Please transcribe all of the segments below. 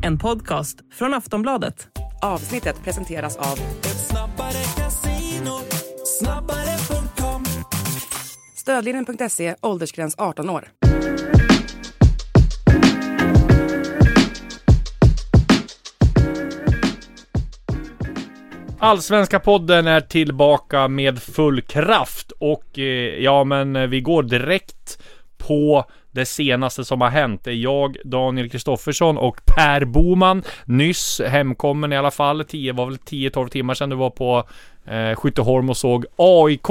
En podcast från Aftonbladet. Avsnittet presenteras av Ett snabbare casino, snabbare.com. Stödlinjen.se, åldersgräns 18 år. Allsvenska podden är tillbaka med full kraft och vi går direkt på det senaste som har hänt. Det är jag, Daniel Kristoffersson och Per Boman, nyss hemkommen i alla fall. Det var väl 10-12 timmar sedan du var på Skytteholm och såg AIK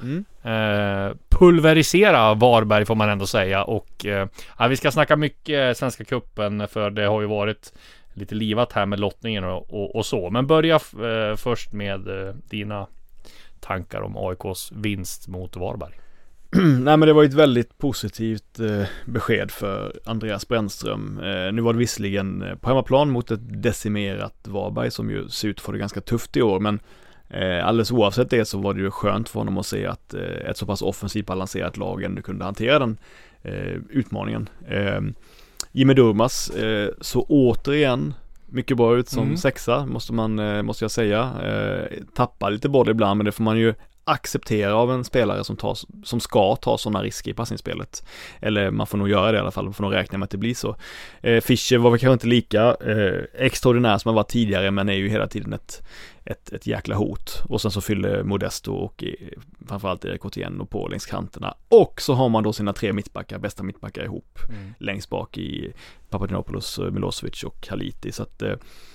pulverisera Varberg, får man ändå säga. Och vi ska snacka mycket Svenska cupen, för det har ju varit lite livat här med lottningen och så. Men börja först med dina tankar om AIKs vinst mot Varberg. Nej, men det var ett väldigt positivt besked för Andreas Brännström. Nu var det visserligen på hemmaplan mot ett decimerat Varberg som ju ser ut för det ganska tufft i år, men alldeles oavsett det så var det ju skönt för honom att se att ett så pass offensivt balanserat lag ändå kunde hantera den utmaningen. Jimmy Durmaz så återigen mycket bra ut som sexa, måste jag säga. Tappar lite boll ibland, men det får man ju acceptera av en spelare som ska ta sådana risker i passningsspelet. Eller man får nog göra det i alla fall, man får nog räkna med att det blir så. Fischer var väl kanske inte lika extraordinär som han var tidigare, men är ju hela tiden ett jäkla hot. Och sen så fyller Modesto och framförallt Erik Otieno och på längs kanterna. Och så har man då sina tre bästa mittbackar ihop längst bak i Papadopoulos, Milosevic och Haliti. Så att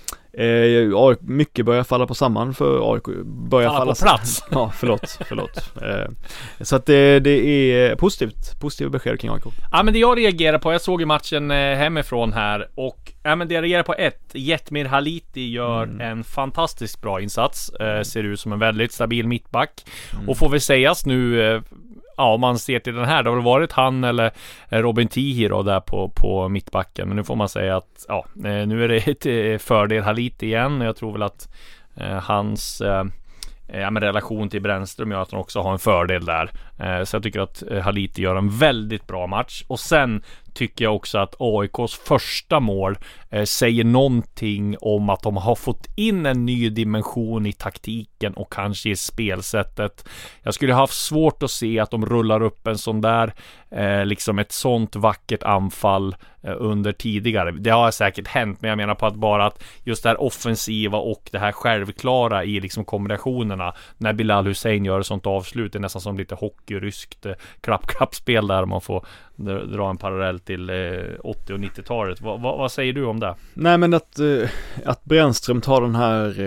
mycket börjar falla på samman för AIK. Falla på plats. Ja, förlåt. Så att det är positiva besked kring AIK. Ja, men det jag reagerar på, jag såg ju matchen hemifrån här, och det jag reagerar på Jetmir Haliti gör en fantastiskt bra insats. Ser ut som en väldigt stabil mittback. Och får väl sägas nu, om man ser till den här, det har väl varit han eller Robin Tihi då där på mittbacken. Men nu får man säga att nu är det ett fördel Haliti igen. Jag tror väl att hans relation till Brännström gör att han också har en fördel där. Så jag tycker att Haliti gör en väldigt bra match. Och sen tycker jag också att AIKs första mål säger någonting om att de har fått in en ny dimension i taktiken och kanske i spelsättet. Jag skulle ha haft svårt att se att de rullar upp en sån där liksom ett sånt vackert anfall under tidigare. Det har säkert hänt, men jag menar på att bara att just det här offensiva och det här självklara i liksom kombinationerna, när Bilal Hussein gör ett sånt avslut, det är nästan som lite hockeyryskt klapp-klapp-spel där man får dra en parallell till 80- och 90-talet. Vad säger du om det? Nej, men att Brännström tar den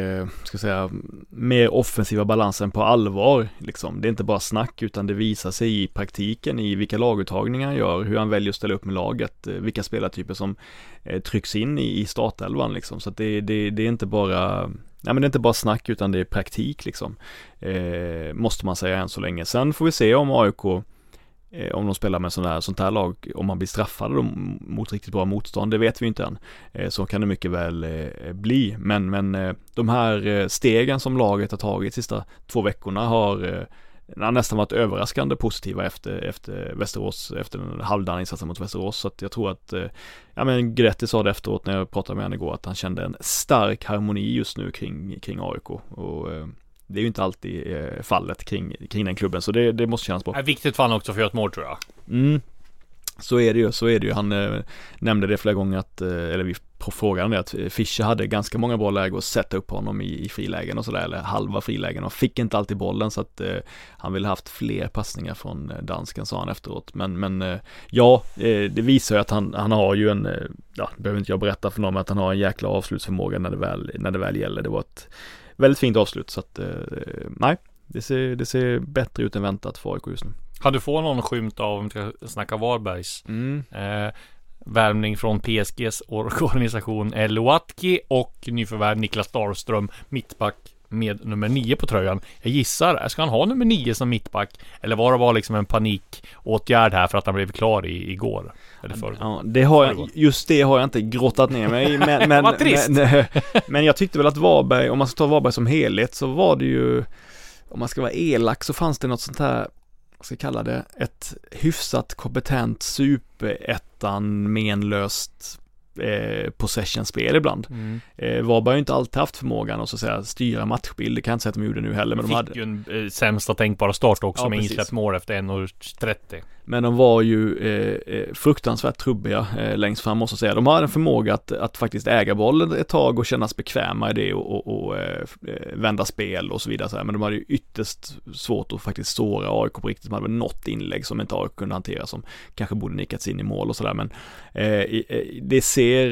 här mer offensiva balansen på allvar liksom. Det är inte bara snack, utan det visar sig i praktiken, i vilka laguttagningar han gör, hur han väljer att ställa upp med laget, vilka spelartyper som trycks in i startelvan liksom. Så att det är inte bara det är inte bara snack, utan det är praktik liksom. Måste man säga än så länge. Sen får vi se om AIK, om de spelar med sånt här lag, om man blir straffade mot riktigt bra motstånd, det vet vi inte än. Så kan det mycket väl bli. Men de här stegen som laget har tagit de sista 2 veckorna har nästan varit överraskande positiva efter Västerås, efter den halvdana insatsen mot Västerås. Så att jag tror att Gretti sa det efteråt när jag pratade med honom igår, att han kände en stark harmoni just nu kring AIK. Och det är ju inte alltid fallet kring den klubben, så det måste kännas bra. Det är viktigt för han också för att göra ett mål, tror jag. Så är det ju. Han nämnde det flera gånger på frågan att Fischer hade ganska många bra lägen att sätta upp honom i frilägen och sådär, eller halva frilägen, och fick inte alltid bollen, så att han ville haft fler passningar från dansken, sa han efteråt. Men det visar ju att han har ju behöver inte jag berätta för någon, att han har en jäkla avslutsförmåga när det väl gäller. Det var ett väldigt fint avslut, så att det ser bättre ut än väntat för AIK just nu. Kan du få någon skymt av, om vi ska snacka Varbergs värvning från PSGs organisation Luatki och nyförvärv Niklas Dahlström, mittback med nummer 9 på tröjan. Jag gissar, ska han ha nummer 9 som mittback, eller var det bara liksom en panikåtgärd här för att han blev klar igår? Eller förr? Ja, det har jag inte grottat ner mig i, men jag tyckte väl att Varberg, om man ska ta Varberg som helhet, så var det ju, om man ska vara elak, så fanns det något sånt här, jag ska kalla det, ett hyfsat kompetent superettan menlöst possession-spel ibland. Varberg har ju inte alltid haft förmågan att så att säga styra matchbild. Det kan jag inte säga att de gjorde nu heller. Men de fick ju en sämsta tänkbara start också med insläppt mål efter 1:30. Men de var ju fruktansvärt trubbiga längst fram, måste jag säga. De har en förmåga att faktiskt äga bollen ett tag och kännas bekväma i det och vända spel och så vidare. Så här. Men de hade ju ytterst svårt att faktiskt såra AIK på riktigt. De hade väl något inlägg som inte AIK kunde hantera, som kanske borde nickats in i mål och sådär. Men det ser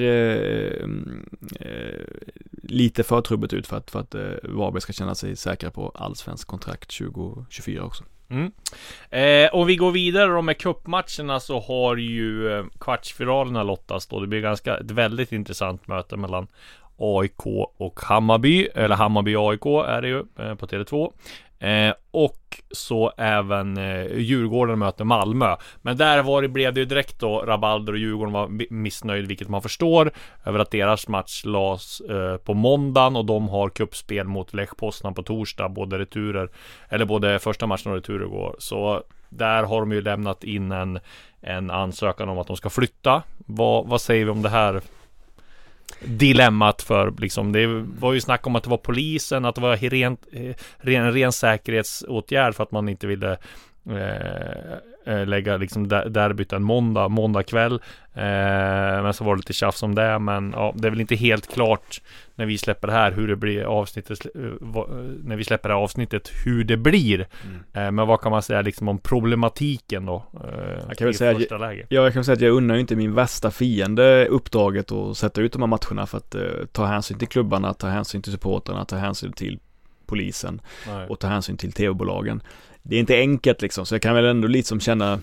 lite för trubbigt ut för att Varberg ska känna sig säkra på allsvensk kontrakt 2024 också. Och vi går vidare då med cupmatcherna, så har ju kvartsfinalerna lottas då. Det blir ett väldigt intressant möte mellan AIK och Hammarby, eller Hammarby-AIK är det ju på Tele2. Och så även Djurgården möter Malmö. Men där blev det ju direkt då Rabalder och Djurgården var missnöjd, vilket man förstår, över att deras match lades på måndagen, och de har kuppspel mot Lech Poznan på torsdag, både första matchen och returer går. Så där har de ju lämnat in en ansökan om att de ska flytta. Vad säger vi om det här dilemmat? För liksom, det var ju snack om att det var polisen, att det var en ren säkerhetsåtgärd för att man inte ville lägga liksom derbyt en måndag kväll, men så var det lite tjafs om det. Men ja, det är väl inte helt klart när vi släpper det här hur det blir hur det blir. Men vad kan man säga liksom om problematiken då? Jag kan väl säga att jag unnar ju inte min värsta fiende uppdraget att sätta ut de här matcherna, för att ta hänsyn till klubbarna, ta hänsyn till supporterna, ta hänsyn till polisen. Nej. Och ta hänsyn till tv-bolagen. Det är inte enkelt liksom, så jag kan väl ändå liksom känna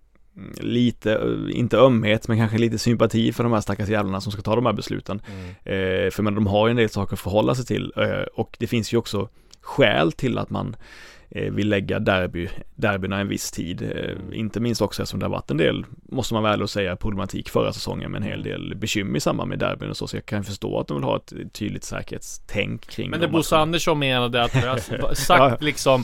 lite, inte ömhet, men kanske lite sympati för de här stackars jävlarna som ska ta de här besluten. För men de har ju en del saker att förhålla sig till, och det finns ju också skäl till att man vill lägga derbyna en viss tid. Inte minst också eftersom det har varit en del, måste man väl säga, problematik förra säsongen med en hel del bekymmer i samband med derbyn och så jag kan förstå att de vill ha ett tydligt säkerhetstänk kring. Men det Bosse Andersson menade att vi har sagt liksom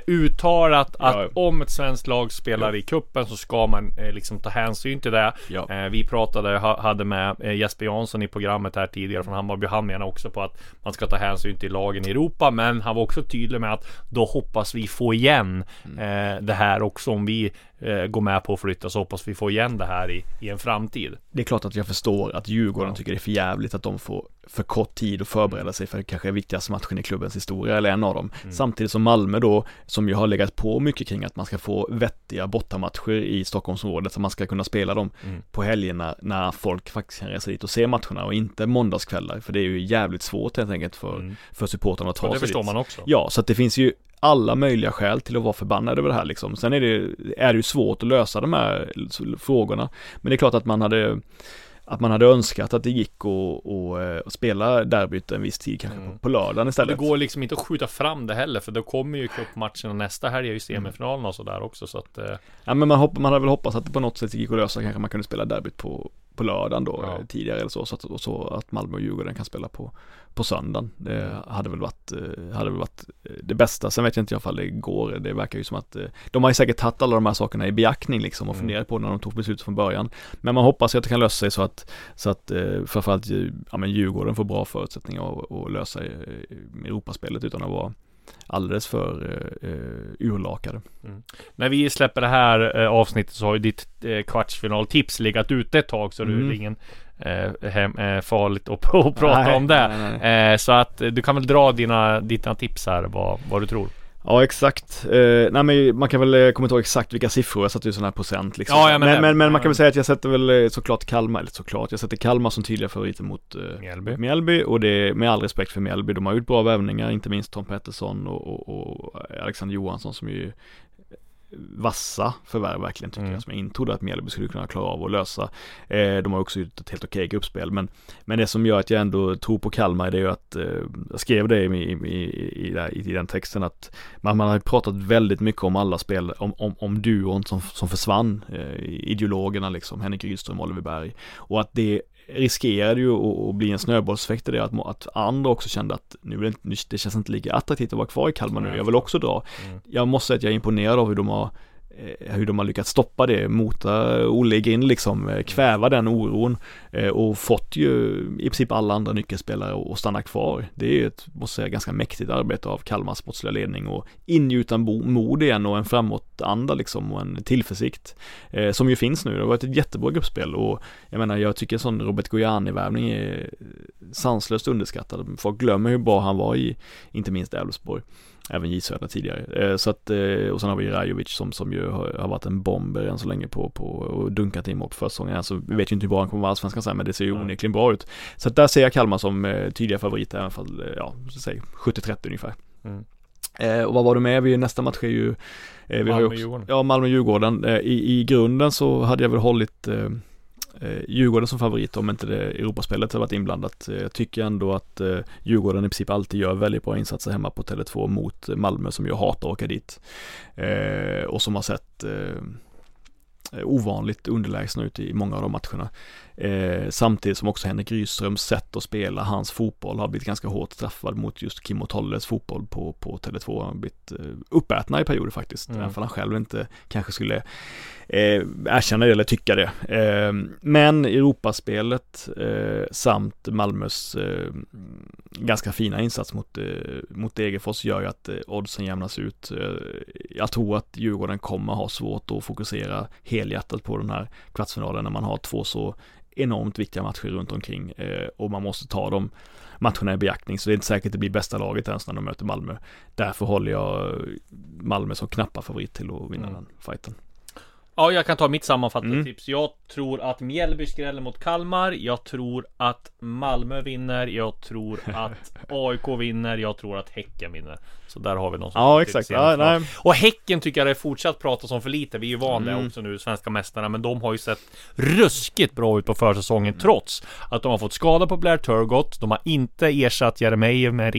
uttalat att om ett svenskt lag spelar i kuppen så ska man liksom ta hänsyn till det. Vi hade med Jesper Jansson i programmet här tidigare från Hammarby. Han menar också på att man ska ta hänsyn till lagen i Europa, men han var också tydlig med att då hoppas vi få igen det här också. Om vi går med på att flytta så hoppas vi få igen det här i en framtid. Det är klart att jag förstår att Djurgården tycker det är för jävligt att de får för kort tid att förbereda sig för kanske viktigaste matchen i klubbens historia, eller en av dem. Samtidigt som Malmö då, som ju har legat på mycket kring att man ska få vettiga bortamatcher i Stockholmsområdet, så man ska kunna spela dem på helgerna när folk faktiskt kan resa dit och se matcherna, och inte måndagskvällar, för det är ju jävligt svårt helt enkelt för supportarna att ta sig dit. Det förstår man också. Ja, så att det finns ju alla möjliga skäl till att vara förbannad över det här liksom. Sen är det ju svårt att lösa de här frågorna, men det är klart att man hade önskat att det gick att spela derbyt en viss tid, kanske på lördagen istället. Och det går liksom inte att skjuta fram det heller, för då kommer ju cupmatchen och nästa här är ju semifinalen och sådär också, så att ja, men man hade väl hoppats att det på något sätt gick att lösa, kanske man kunde spela derbyt på lördagen då, tidigare eller så att Malmö och Djurgården kan spela på söndagen. Det hade väl varit det bästa. Sen vet jag inte ifall det går. Det verkar ju som att de har ju säkert tagit alla de här sakerna i beaktning liksom, och funderat på när de tog beslut från början. Men man hoppas att det kan lösa sig så att framförallt Djurgården får bra förutsättningar att lösa Europaspelet utan att vara alldeles för urlakade. När vi släpper det här avsnittet så har ju ditt kvartsfinaltips legat ute ett tag, så det är ingen farligt att prata om det. Nej. Så att du kan väl dra dina tips här, vad du tror. Ja, exakt. Nej, men man kan väl komma ihåg exakt vilka siffror jag satte ju sådana här procent liksom. Ja, men man kan väl säga att jag sätter väl såklart Kalmar, jag sätter Kalmar som tydliga favoriter mot Mjällby, och det med all respekt för Mjällby, de har gjort bra värvningar, inte minst Tom Pettersson och Alexander Johansson, som ju vassa förvärv verkligen tycker jag, som jag inte trodde att Mjällby skulle kunna klara av att lösa. De har också gjort ett helt okej gruppspel, men det som gör att jag ändå tror på Kalmar, det är ju att jag skrev det i den texten, att man har pratat väldigt mycket om alla spel, om duon som försvann, ideologerna liksom, Henrik Rydström och Oliver Berg, och att det riskerade ju att bli en snöbollseffekt i det, att andra också kände att det känns inte lika attraktivt att vara kvar i Kalmar nu, jag vill också dra. Jag måste säga att jag är imponerad av hur de har hur de har lyckats stoppa det, mota Olle i grind liksom, kväva den oron och fått ju i princip alla andra nyckelspelare att stanna kvar. Det är ett, måste säga, ganska mäktigt arbete av Kalmars sportsliga ledning och ingjuta mod igen och en framåtanda liksom och en tillförsikt som ju finns nu. Det har varit ett jättebra gruppspel och jag menar, jag tycker sån Robert Gojani-värvning är sanslöst underskattad. Folk glömmer hur bra han var i, inte minst Elfsborg. Även J Södra tidigare. Så att, och sen har vi Rajovic som ju har varit en bomber än så länge på och dunkat in på försäsongen. Alltså, vi vet ju inte hur bra han kommer vara allsvenskan sen, men det ser ju onekligen bra ut. Så att där ser jag Kalmar som tydliga favoriter, i alla fall, så säg 70-30 ungefär. Och vad var det med? Nästa match är ju Malmö-Djurgården. I grunden så hade jag väl hållit Djurgården som favorit om inte det Europaspelet har varit inblandat. Jag tycker ändå att Djurgården i princip alltid gör väldigt bra insatser hemma på Tele2 mot Malmö som ju hatar att åka dit och som har sett ovanligt underlägsna ut i många av de matcherna. Samtidigt som också Henrik Rydströms sätt att spela, hans fotboll har blivit ganska hårt straffad mot just Kim och Tolles fotboll på Tele2. Han har blivit uppätna i perioder faktiskt, även för han själv inte kanske skulle erkänna det eller tycka det. Men Europaspelet samt Malmös ganska fina insats mot Degerfors gör ju att oddsen jämnas ut. Jag tror att Djurgården kommer ha svårt att fokusera helhjärtat på den här kvartsfinalen när man har två så enormt viktiga matcher runt omkring och man måste ta de matcherna i beaktning, så det är inte säkert att det blir bästa laget ens när de möter Malmö. Därför håller jag Malmö som knappa favorit till att vinna den fighten. Ja, jag kan ta mitt sammanfattande tips. Jag tror att Mjällby skräller mot Kalmar. Jag tror att Malmö vinner. Jag tror att AIK vinner. Jag tror att Häcken vinner. Så där har vi någon som... Ja, exakt. Ja, och Häcken tycker jag det fortsatt pratas om för lite. Vi är ju vanliga också nu, svenska mästarna. Men de har ju sett ruskigt bra ut på försäsongen trots att de har fått skada på Blair Turgott. De har inte ersatt Jeremejeff med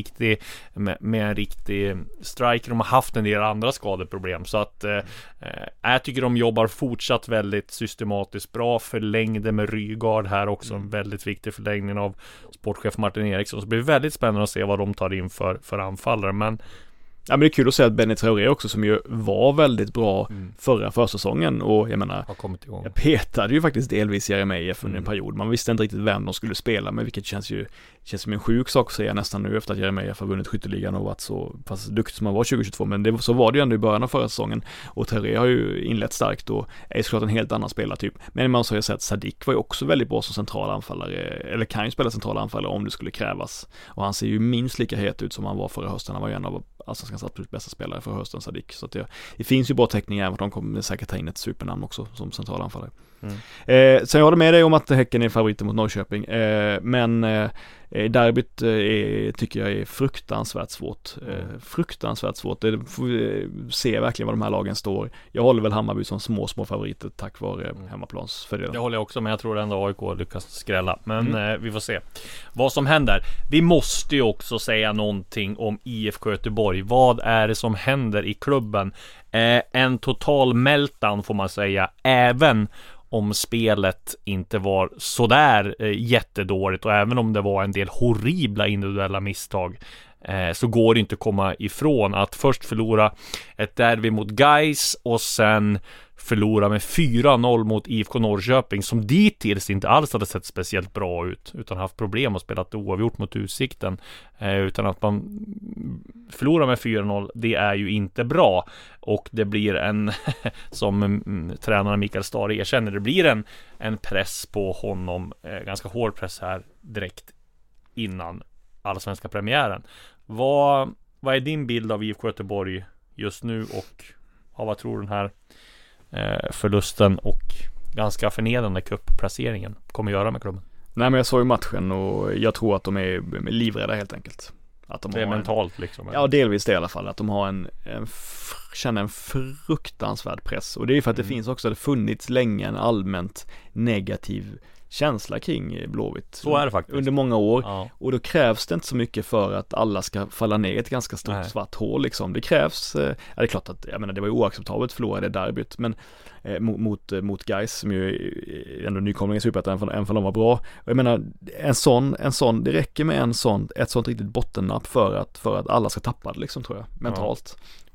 en riktig striker. De har haft en del andra skadeproblem. Så att jag tycker de jobbar fortsatt väldigt systematiskt bra. Förlängde med Rygaard här också. En väldigt viktig förlängning av sportchef Martin Eriksson. Så det blir väldigt spännande att se vad de tar in för anfallare. Men det är kul att se att Benny Traoré också, som ju var väldigt bra försäsongen, och jag menar, jag petade ju faktiskt delvis Jeremejeff under en period. Man visste inte riktigt vem de skulle spela med, vilket känns som en sjuk sak att säga nästan nu efter att Jeremejeff har vunnit skytteligan och varit så pass duktig som han var 2022, men så var det ju ändå i början av förra säsongen, och Traoré har ju inlett starkt och är såklart en helt annan spelartyp. Men man så har ju sett Sadik var ju också väldigt bra som central anfallare, eller kan ju spela central anfallare om det skulle krävas, och han ser ju minst lika het ut som han var förra hösten. Han var ju en av Allsvenskans absolut bästa spelare för hösten, Sadik. Så att det finns ju bra täckning, även att de kommer säkert ta in ett supernamn också som centralanfallare. Sen jag håller med dig om att Häcken är favoriten mot Norrköping, men derbyt tycker jag är fruktansvärt svårt. Det får vi se verkligen vad de här lagen står. Jag håller väl Hammarby som små favoriter tack vare hemmaplansfördelen. Det håller jag också, men jag tror ändå AIK lyckas skrälla. Men vi får se vad som händer. Vi måste ju också säga någonting om IFK Göteborg. Vad är det som händer i klubben? En total meltdown får man säga, även om spelet inte var sådär jättedåligt, och även om det var en del horribla individuella misstag, så går det inte att komma ifrån att först förlora ett derby mot Gais och sen förlora med 4-0 mot IFK Norrköping, som dittills inte alls hade sett speciellt bra ut, utan haft problem att spela oavgjort mot Utsikten. Utan att man förlorar med 4-0, det är ju inte bra. Och det blir en, som tränaren Mikael Stahre erkänner, det blir en press på honom, ganska hård press här direkt innan allsvenska premiären. Vad är din bild av IFK Göteborg just nu, och vad tror den här förlusten och ganska förnedrande cupplaceringen kommer göra med klubben? Nej, men jag såg ju matchen och jag tror att de är livrädda helt enkelt. Att de det är mentalt liksom. Ja, delvis det i alla fall. Att de har känner en fruktansvärd press. Och det är för att det finns också, det funnits länge en allmänt negativ känsla kring Blåvitt. Så är det faktiskt. Under många år. Ja. Och då krävs det inte så mycket för att alla ska falla ner i ett ganska stort svart hål liksom. Det krävs, det är klart att, jag menar, det var ju oacceptabelt att förlora det derbyt, men mot Gais, som ju är ändå nykomling i Superettan, även för de var bra. Och jag menar, en sån, det räcker med ett sånt riktigt bottennapp för att alla ska tappa det liksom, tror jag, mentalt.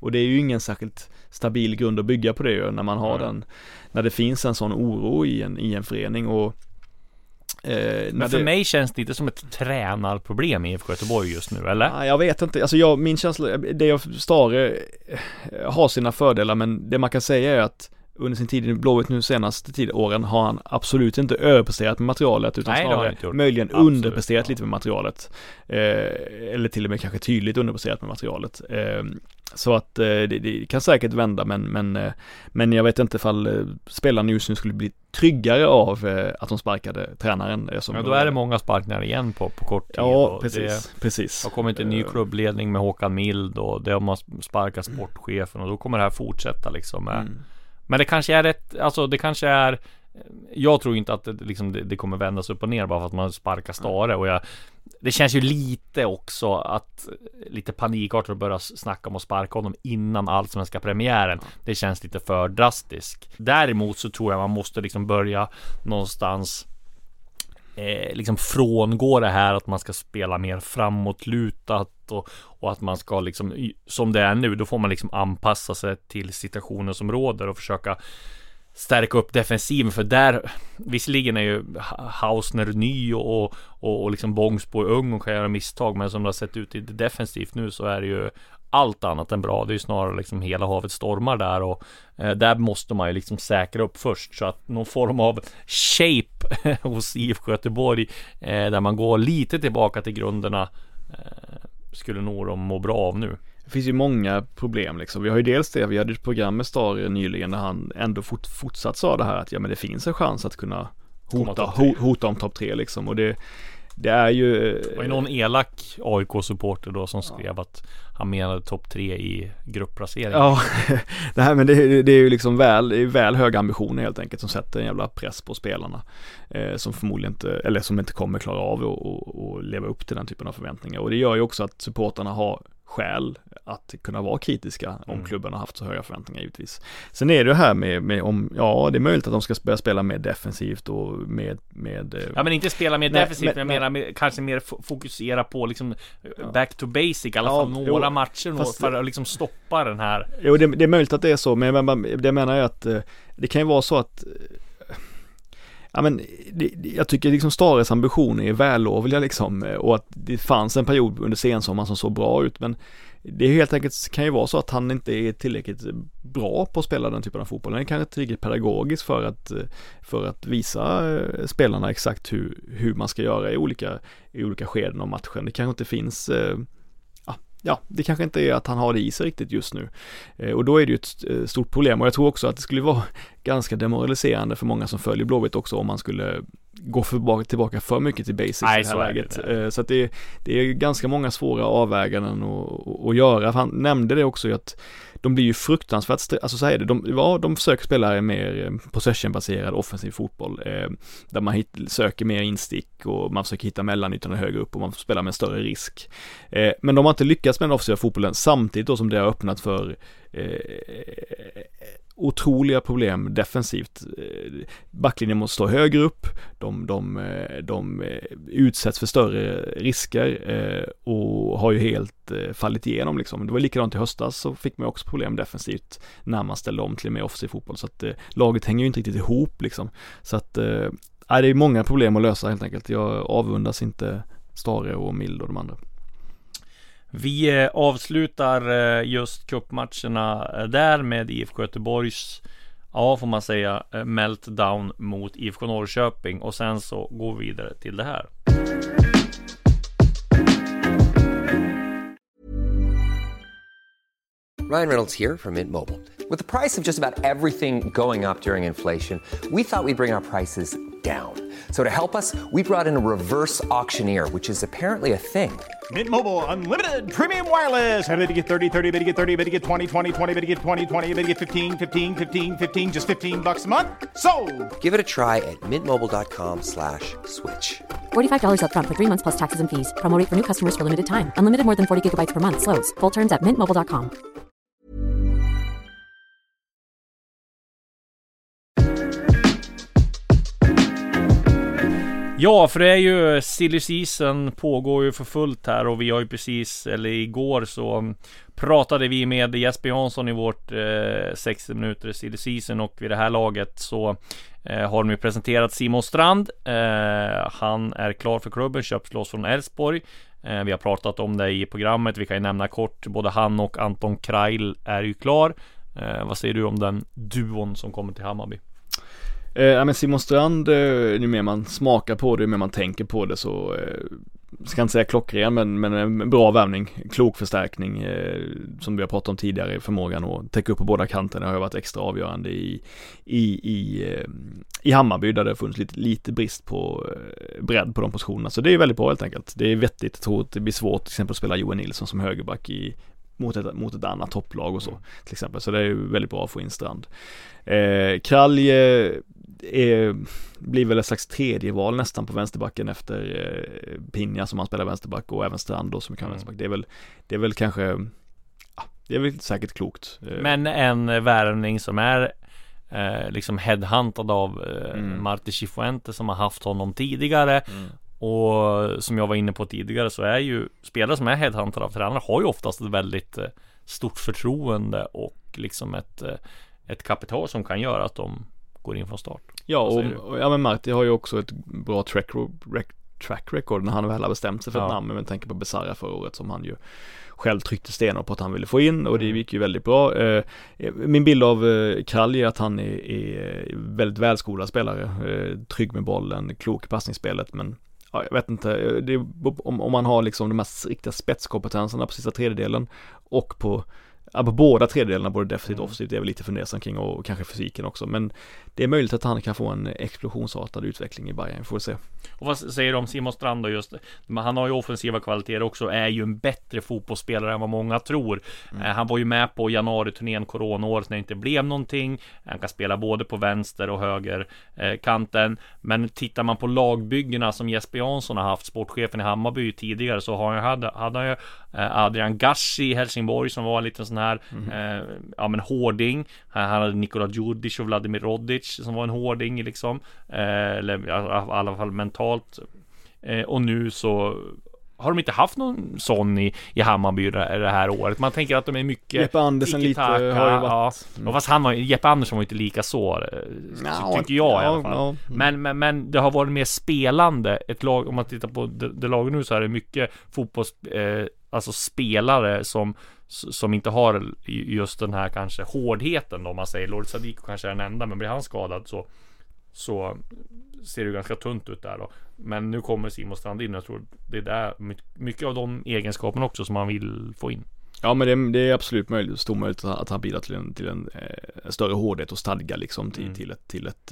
Och det är ju ingen särskilt stabil grund att bygga på det när man har när det finns en sån oro i en förening. Och men för mig känns det inte som ett tränarproblem i IFK Göteborg just nu, eller? Nej, jag vet inte. Alltså min känsla, Stare har sina fördelar, men det man kan säga är att under sin tid i Blåvitt nu senaste åren har han absolut inte överpresterat med materialet, utan snarare möjligen underpresterat lite med materialet. Eller till och med kanske tydligt underpresterat med materialet. Så att det kan säkert vända, men jag vet inte ifall spelarna just nu skulle bli tryggare av att de sparkade tränaren. Då är det många sparkningar igen på kort tid. Ja, precis. Det har kommit en ny klubbledning med Håkan Mild, och det har man sparkat sportchefen, och då kommer det här fortsätta liksom. Men det kanske är jag tror inte att det kommer vändas upp och ner bara för att man sparkar Stare, och det känns ju lite också att lite panikartat att börja snacka om att sparka honom innan allsvenska premiären. Det känns lite för drastiskt. Däremot så tror jag man måste börja någonstans frångå det här att man ska spela mer framåtlutat och att man ska som det är nu, då får man anpassa sig till situationen som råder och försöka stärka upp defensiven, för där visserligen är ju Hausner ny och Bångsbo är ung och kan göra misstag, men som det har sett ut i det defensivt nu så är det ju allt annat än bra. Det är ju snarare hela havet stormar där, och där måste man ju säkra upp först, så att någon form av shape hos IFK Göteborg där man går lite tillbaka till grunderna skulle nog de må bra av nu. Det finns ju många problem Vi har ju dels det, vi hade ett program med Stare nyligen där han ändå fortsatt sa det här att men det finns en chans att kunna hota om topp 3 och det är ju... Det var ju någon elak AIK-supporter då som skrev att han menade topp 3 i gruppplacering. Ja, men det är ju väl höga ambitioner helt enkelt, som sätter en jävla press på spelarna som förmodligen inte, eller som inte kommer klara av att leva upp till den typen av förväntningar. Och det gör ju också att supportarna har skäl att kunna vara kritiska om klubben har haft så höga förväntningar givetvis. Sen är det här med det är möjligt att de ska börja spela mer defensivt och med men inte spela mer defensivt, men jag menar kanske mer fokusera på back to basic, i alla fall några matcher för att stoppa den här. Jo, det är möjligt att det är så, men det menar jag att det kan ju vara så att jag tycker Stares ambitioner är vällovliga och att det fanns en period under sensommaren som såg bra ut, men det är helt enkelt kan ju vara så att han inte är tillräckligt bra på att spela den typen av fotboll. Han är kanske tillräckligt pedagogisk för att visa spelarna exakt hur man ska göra i olika skeden av matchen. Det kanske inte finns det kanske inte är att han har det i sig riktigt just nu. Och då är det ju ett stort problem. Och jag tror också att det skulle vara ganska demoraliserande för många som följer Blåvitt också om man skulle gå tillbaka för mycket till basics i det här läget. Så att det är ganska många svåra avväganden att göra. Han nämnde det också att de blir ju fruktansvärt så är det. De försöker spela mer possession-baserad offensiv fotboll där man söker mer instick och man försöker hitta mellanytorna högre upp och man får spela med större risk. Men de har inte lyckats med den offensiva fotbollen samtidigt då som det har öppnat för otroliga problem defensivt. Backlinjen måste stå högre upp, de utsätts för större risker och har ju helt fallit igenom Det var likadant i höstas, så fick man också problem defensivt när man ställde om till mer offensiv fotboll, så att laget hänger ju inte riktigt ihop så att det är många problem att lösa helt enkelt. Jag avundas inte Stare och Mild och de andra. Vi avslutar just cupmatcherna där med IFK Göteborgs, får man säga, meltdown mot IFK Norrköping, och sen så går vi vidare till det här. Ryan Reynolds here from Mint Mobile. With the price of just about everything going up during inflation, we thought we'd bring our prices down. So to help us, we brought in a reverse auctioneer, which is apparently a thing. Mint Mobile Unlimited Premium Wireless. How to get 30, 30, bit to get 30, bit to get 20, 20, 20, bit to get 20, 20, bit to get 15, 15, 15, 15, just $15 a month? Sold! Give it a try at mintmobile.com/switch. $45 up front for 3 months plus taxes and fees. Promo rate for new customers for limited time. Unlimited more than 40 gigabytes per month. Slows full terms at mintmobile.com. Ja, för det är ju silly season pågår ju för fullt här och vi har ju precis, eller igår så pratade vi med Jesper Jansson i vårt 60 minuter silly season och vid det här laget så har de ju presenterat Simon Strand. Han är klar för klubben, köpslås från Elfsborg. Vi har pratat om det i programmet, vi kan ju nämna kort, både han och Anton Krail är ju klar. Vad säger du om den duon som kommer till Hammarby? Men Simon Strand, ju mer man smakar på det, ju mer man tänker på det så ska inte säga klockren, men en bra värvning, klok förstärkning som vi har pratat om tidigare, förmågan att täcka upp på båda kanterna har varit extra avgörande i Hammarby där det har funnits lite brist på bredd på de positionerna, så det är väldigt bra helt enkelt. Det är vettigt, jag tror att det blir svårt till exempel att spela Johan Nilsson som högerback mot ett annat topplag och så till exempel, så det är ju väldigt bra att få in Strand. Kralj blir väl ett slags tredje val nästan på vänsterbacken efter Pinja som han spelar vänsterback och även Strand då som kan vänsterback. Det är väl kanske det är väl säkert klokt. Men en värvning som är liksom headhuntad av Marti Cifuentes som har haft honom tidigare. Och som jag var inne på tidigare så är ju spelare som är headhuntade av tränare har ju oftast ett väldigt stort förtroende och liksom ett kapital som kan göra att de går in från start. Ja, men Marti har ju också ett bra track record när han väl har bestämt sig för ett namn, men tänker på Besara förra året som han ju själv tryckte stenar på att han ville få in och det gick ju väldigt bra. Min bild av Kralj är att han är väldigt välskolad spelare, trygg med bollen, klok i passningsspelet, men ja, jag vet inte, om man har liksom de här riktiga spetskompetenserna på sista tredjedelen och på båda tredjedelarna, både defensivt och offensivt, det är väl lite fundersam kring och kanske fysiken också, men det är möjligt att han kan få en explosionsartad utveckling i Bayern, får vi se. Och vad säger du om Simon Strand då just? Han har ju offensiva kvaliteter också, är ju en bättre fotbollsspelare än vad många tror. Han var ju med på januari-turnén coronaåret när det inte blev någonting. Han kan spela både på vänster och höger kanten, men tittar man på lagbyggena som Jesper Jansson har haft, sportchefen i Hammarby tidigare, så hade han ju Adrian Gassi i Helsingborg som var en liten sån här men hårding. Han hade Nikola Djurdjic och Vladimir Rodic som var en hårding liksom, eller i alla fall mentalt, och nu så har de inte haft någon sån i Hammarby det här året. Man tänker att de är mycket Jeppe Andersen lite har ju varit. Och fast Jeppe Andersen var inte lika så tycker jag i alla fall. Men det har varit mer spelande ett lag, om man tittar på det laget nu så är det mycket alltså spelare som inte har just den här kanske hårdheten då, om man säger Loris Sadiko kanske är den enda, men blir han skadad så ser det ganska tunt ut där då. Men nu kommer Simon Strand in och jag tror det är där mycket av de egenskaperna också som man vill få in. Ja, men det är absolut möjligt, stor möjlighet att han bidrar till en större hårdhet och stadga liksom till ett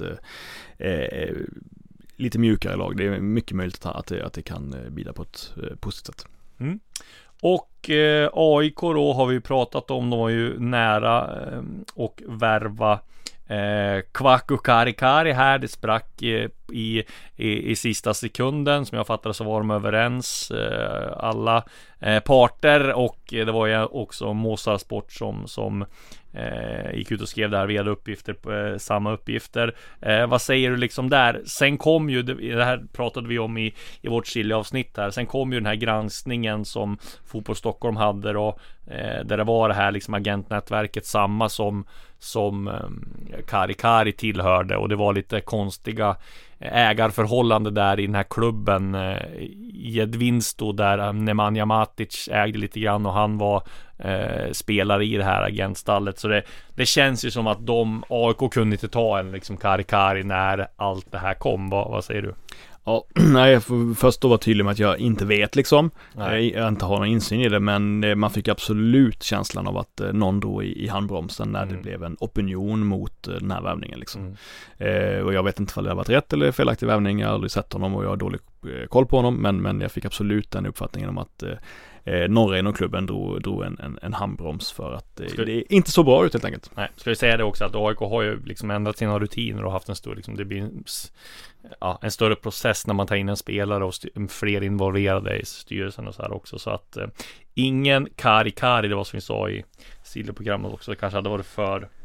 lite mjukare lag. Det är mycket möjligt att det kan bidra på ett positivt sätt. Och AIK då har vi pratat om, de var ju nära och värva Kvaku Karikari här, det sprack i sista sekunden. Som jag fattade så var de överens alla parter, och det var ju också Mozart Sport som gick ut och skrev där via uppgifter, samma uppgifter. Vad säger du liksom där? Sen kom ju, det här pratade vi om i vårt Chile-avsnitt här, sen kom ju den här granskningen som Fotboll Stockholm hade då, där det var det här liksom agentnätverket samma som Karikari tillhörde, och det var lite konstiga ägarförhållande där i den här klubben Jedvinsto, där Nemanja Matic ägde lite grann och han var spelare i det här agentstallet, så det känns ju som att AIK kunde inte ta en liksom Karikari när allt det här kom. Vad säger du? Ja, nej, jag får först då vara tydlig med att jag inte vet liksom. Jag inte har någon insyn i det, men man fick absolut känslan av att någon drog i handbromsen när det blev en opinion mot den här värvningen liksom. Och jag vet inte om det har varit rätt eller felaktig värvning, jag har aldrig sett honom och jag har dålig koll på honom, men jag fick absolut den uppfattningen om att norra inom klubben drog en handbroms för att det är inte så bra ut helt enkelt. Nej, ska vi säga det också att AIK har ju liksom ändrat sina rutiner och haft en stor liksom, det blir en större process när man tar in en spelare och fler involverade i styrelsen och så här också, så att ingen Karikari, det var som vi sa i Silverprogrammet också, det kanske hade varit för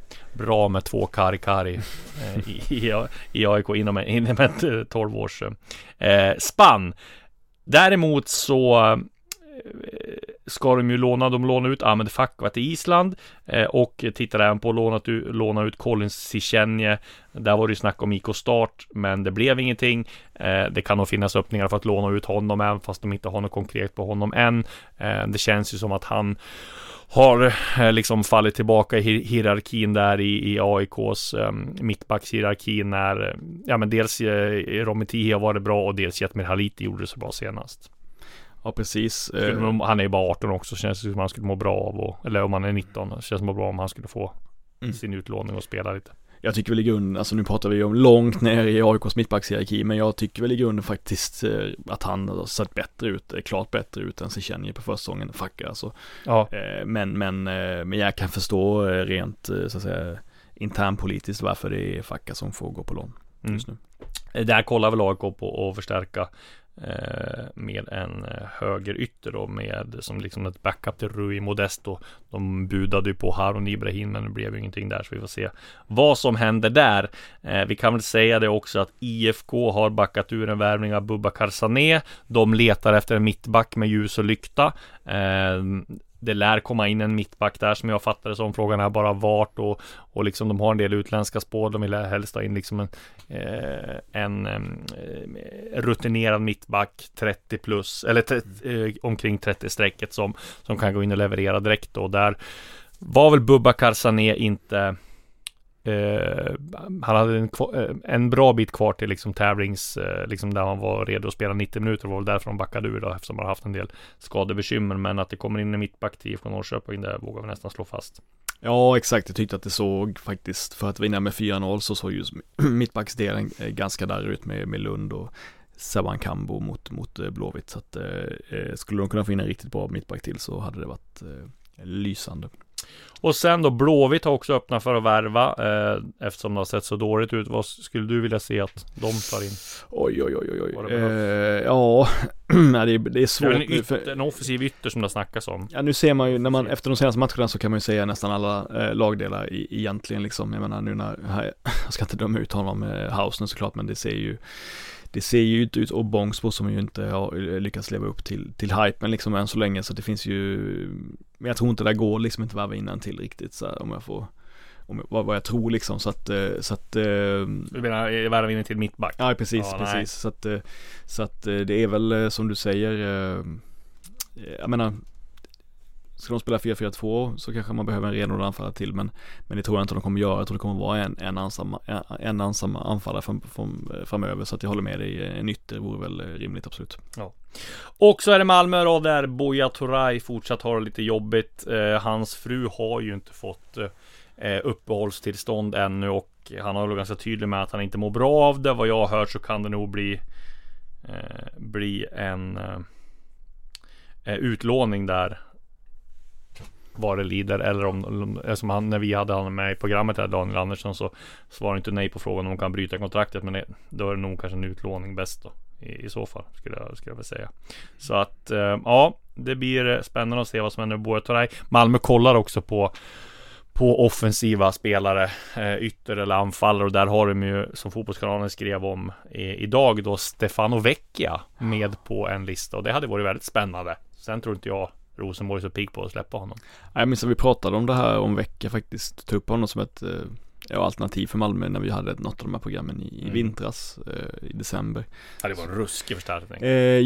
bra med 2 Kari i AIK inom ett 12 års spann. Däremot så ska de ju låna ut Ahmed Fakwa till Island och tittar även på att låna ut Colin Sichenje. Där var det ju snack om IK Start, men det blev ingenting. Det kan nog finnas öppningar för att låna ut honom även fast de inte har något konkret på honom än. Det känns ju som att han har liksom fallit tillbaka i hierarkin där i AIKs mittbackshierarki när men dels Romiti har varit bra och dels Jetmir Haliti gjorde det så bra senast. Ja, precis. Han är ju bara 18 också, känns det som han skulle må bra av eller om han är 19, känns det som bra om han skulle få sin utlåning och spela lite. Jag tycker väl i grunden, alltså nu pratar vi om långt ner i AIKs mittbackshierarki, men jag tycker väl i grunden faktiskt att han har sett bättre ut, klart bättre ut än Sichenje på försäsongen, Facka alltså. Ja. Men jag kan förstå rent så att säga internpolitiskt varför det är Facka som får gå på lån just nu. Där kollar väl AIK på att förstärka med en högerytter då, med som liksom ett backup till Rui Modesto. De budade ju på Harun Ibrahim, men det blev ju ingenting där, så vi får se vad som händer där. Vi kan väl säga det också att IFK har backat ur en värvning av Boubacar Sané. De letar efter en mittback med ljus och lykta. Det lär komma in en mittback där som jag fattade som. Frågan är bara vart och liksom de har en del utländska spår. De vill helst ha in liksom en rutinerad mittback 30 plus eller omkring 30-strecket som kan gå in och leverera direkt. Och där var väl Boubacar Sané inte han hade en bra bit kvar till liksom tävlings liksom där han var redo att spela 90 minuter. Det var väl därför de backade ur då, eftersom de har haft en del skadebekymmer. Men att det kommer in en mittback till från Norrköping, det vågar vi nästan slå fast. Ja, exakt. Jag tyckte att det såg faktiskt, för att vinna med 4-0 så såg just mittbacksdelen ganska där ut med Lund och Saban Kambo mot Blåvitt. Så att skulle de kunna få in en riktigt bra mittback till så hade det varit lysande. Och sen då, Blåvitt har också öppnat för att värva eftersom det har sett så dåligt ut. Vad skulle du vilja se att de tar in? Oj. Ja, det är svårt. En offensiv ytter som det snackas om. Ja, nu ser man ju, efter de senaste matcherna så kan man ju säga nästan alla lagdelar egentligen liksom. Jag menar nu jag ska inte döma ut honom med Hausner såklart, men det ser ju ut, och Bångsbo som ju inte har lyckats leva upp till hypen liksom än så länge, så det finns ju, men jag tror inte det går liksom inte värva innan till riktigt så här, om jag får vad jag tror liksom, så att du menar värva in till mittback? Ja, precis. Så att det är väl som du säger, jag menar, ska de spela 4-4-2 så kanske man behöver en renodlad anfallare till, men det tror jag inte de kommer göra. Jag tror det kommer vara en ensam anfallare framöver, så att jag håller med dig, en ytter vore väl rimligt, absolut. Ja. Och så är det Malmö då, där Buya Turay fortsatt har det lite jobbigt. Hans fru har ju inte fått uppehållstillstånd ännu, och han har väl ganska tydlig med att han inte mår bra av det. Vad jag har hört så kan det nog bli en utlåning där vad det lider, eller om som han, när vi hade han med i programmet här, Daniel Andersson, så svarade inte nej på frågan om de kan bryta kontraktet, men då är det nog kanske en utlåning bäst då i så fall, skulle jag väl säga. Så att ja, det blir spännande att se vad som händer med Buya Turay. Malmö kollar också på offensiva spelare, ytter eller anfallare, och där har de ju, som Fotbollskanalen skrev om idag då, Stefano Vecchia med på en lista, och det hade varit väldigt spännande. Sen tror inte jag Rosenborg så pigg på att släppa honom. Jag minns att vi pratade om det här om Vecchia faktiskt, tog upp honom som ett alternativ för Malmö när vi hade något av de här programmen i vintras, i december. Ja, det var en ruskig förstärkning.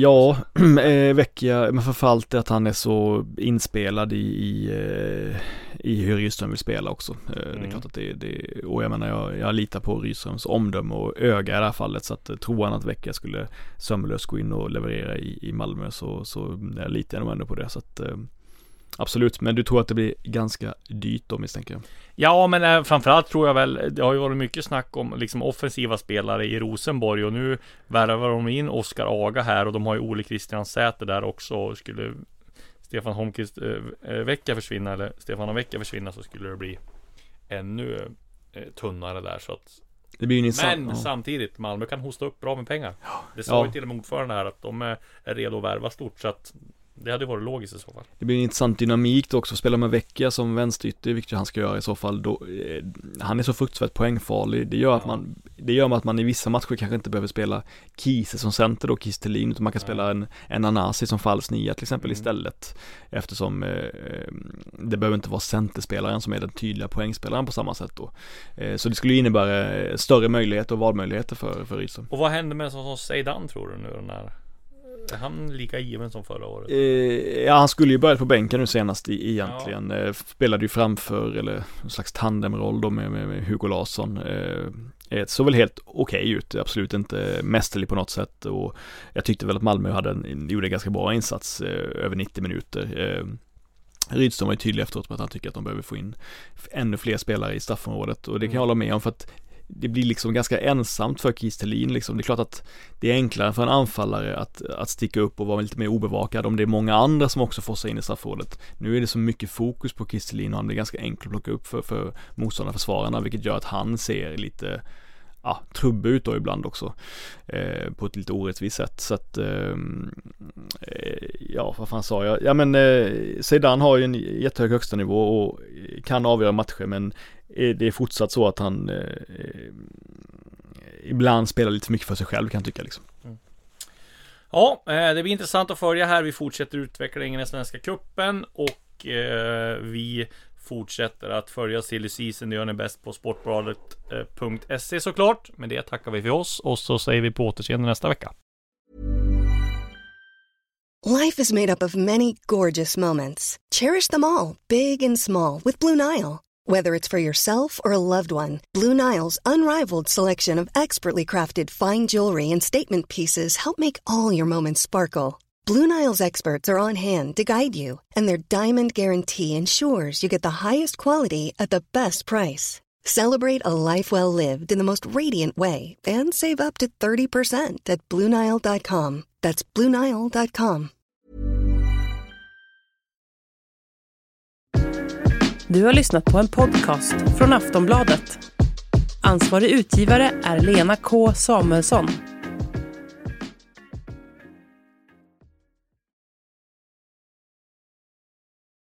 Vecchia, men framförallt att han är så inspelad i hur Rydström vill spela också. Det är klart att det och jag menar, jag litar på Rydströms omdöme och öga i det här fallet, så att tror han att Vecchia skulle sömlöst gå in och leverera i Malmö, så jag litar nog ändå på det, så att absolut, men du tror att det blir ganska dyrt då, misstänker jag? Ja, men framförallt tror jag väl, det har ju varit mycket snack om liksom offensiva spelare i Rosenborg, och nu värvar de in Oskar Aga här, och de har ju Ole Christian Säter där också, och skulle Stefan Holmqvist Vecchia försvinna, eller Stefan och Vecchia försvinna, så skulle det bli ännu tunnare där, så att det blir men samtidigt, Malmö kan hosta upp bra med pengar. Det sa ju till och med ordförande här att de är redo att värva stort, så att Det hade varit logiskt i så fall. Det blir en intressant dynamik då också. Spela med Vecchia som vänsterytter, vilket han ska göra i så fall. Då, han är så fruktansvärt poängfarlig. Det gör att man i vissa matcher kanske inte behöver spela Kiese som center då, Kiese Thelin, utan man kan spela en Anasi som falsk nia till exempel istället. Eftersom det behöver inte vara centerspelaren som är den tydliga poängspelaren på samma sätt då. Så det skulle innebära större möjligheter och valmöjligheter för Rydström. Och vad händer med som Zeidan tror du nu när är han lika given som förra året? Ja, han skulle ju börjat på bänken nu senast egentligen. Spelade ju framför, eller en slags tandemroll då med Hugo Larsson. Så väl helt okej ut, absolut inte mästerlig på något sätt. Och jag tyckte väl att Malmö gjorde en ganska bra insats över 90 minuter. Rydström var ju tydlig efteråt med att han tycker att de behöver få in ännu fler spelare i straffområdet. Och det kan jag hålla med om, för att det blir liksom ganska ensamt för Kiese Thelin liksom. Det är klart att det är enklare för en anfallare att sticka upp och vara lite mer obevakad om det är många andra som också får sig in i straffområdet. Nu är det så mycket fokus på Kiese Thelin och han blir ganska enkelt att plocka upp för motståndarförsvararna, vilket gör att han ser lite trubbig ut då ibland också på ett lite orättvist sätt. Så att vad fan sa jag? Ja, men Zeidan har ju en jättehög högsta nivå och kan avgöra matcher, men det är fortsatt så att han ibland spelar lite för mycket för sig själv, kan jag tycka liksom. Ja, det blir intressant att följa här. Vi fortsätter utvecklingen i Svenska cupen och vi fortsätter att följa silly season. Det gör ni bäst på sportbladet.se såklart. Med det tackar vi för oss och så säger vi på återseende nästa vecka. Life is made up of many gorgeous moments. Cherish them all, big and small, with Blue Nile. Whether it's for yourself or a loved one, Blue Nile's unrivaled selection of expertly crafted fine jewelry and statement pieces help make all your moments sparkle. Blue Nile's experts are on hand to guide you, and their diamond guarantee ensures you get the highest quality at the best price. Celebrate a life well lived in the most radiant way and save up to 30% at BlueNile.com. That's BlueNile.com. Du har lyssnat på en podcast från Aftonbladet. Ansvarig utgivare är Lena K. Samuelsson.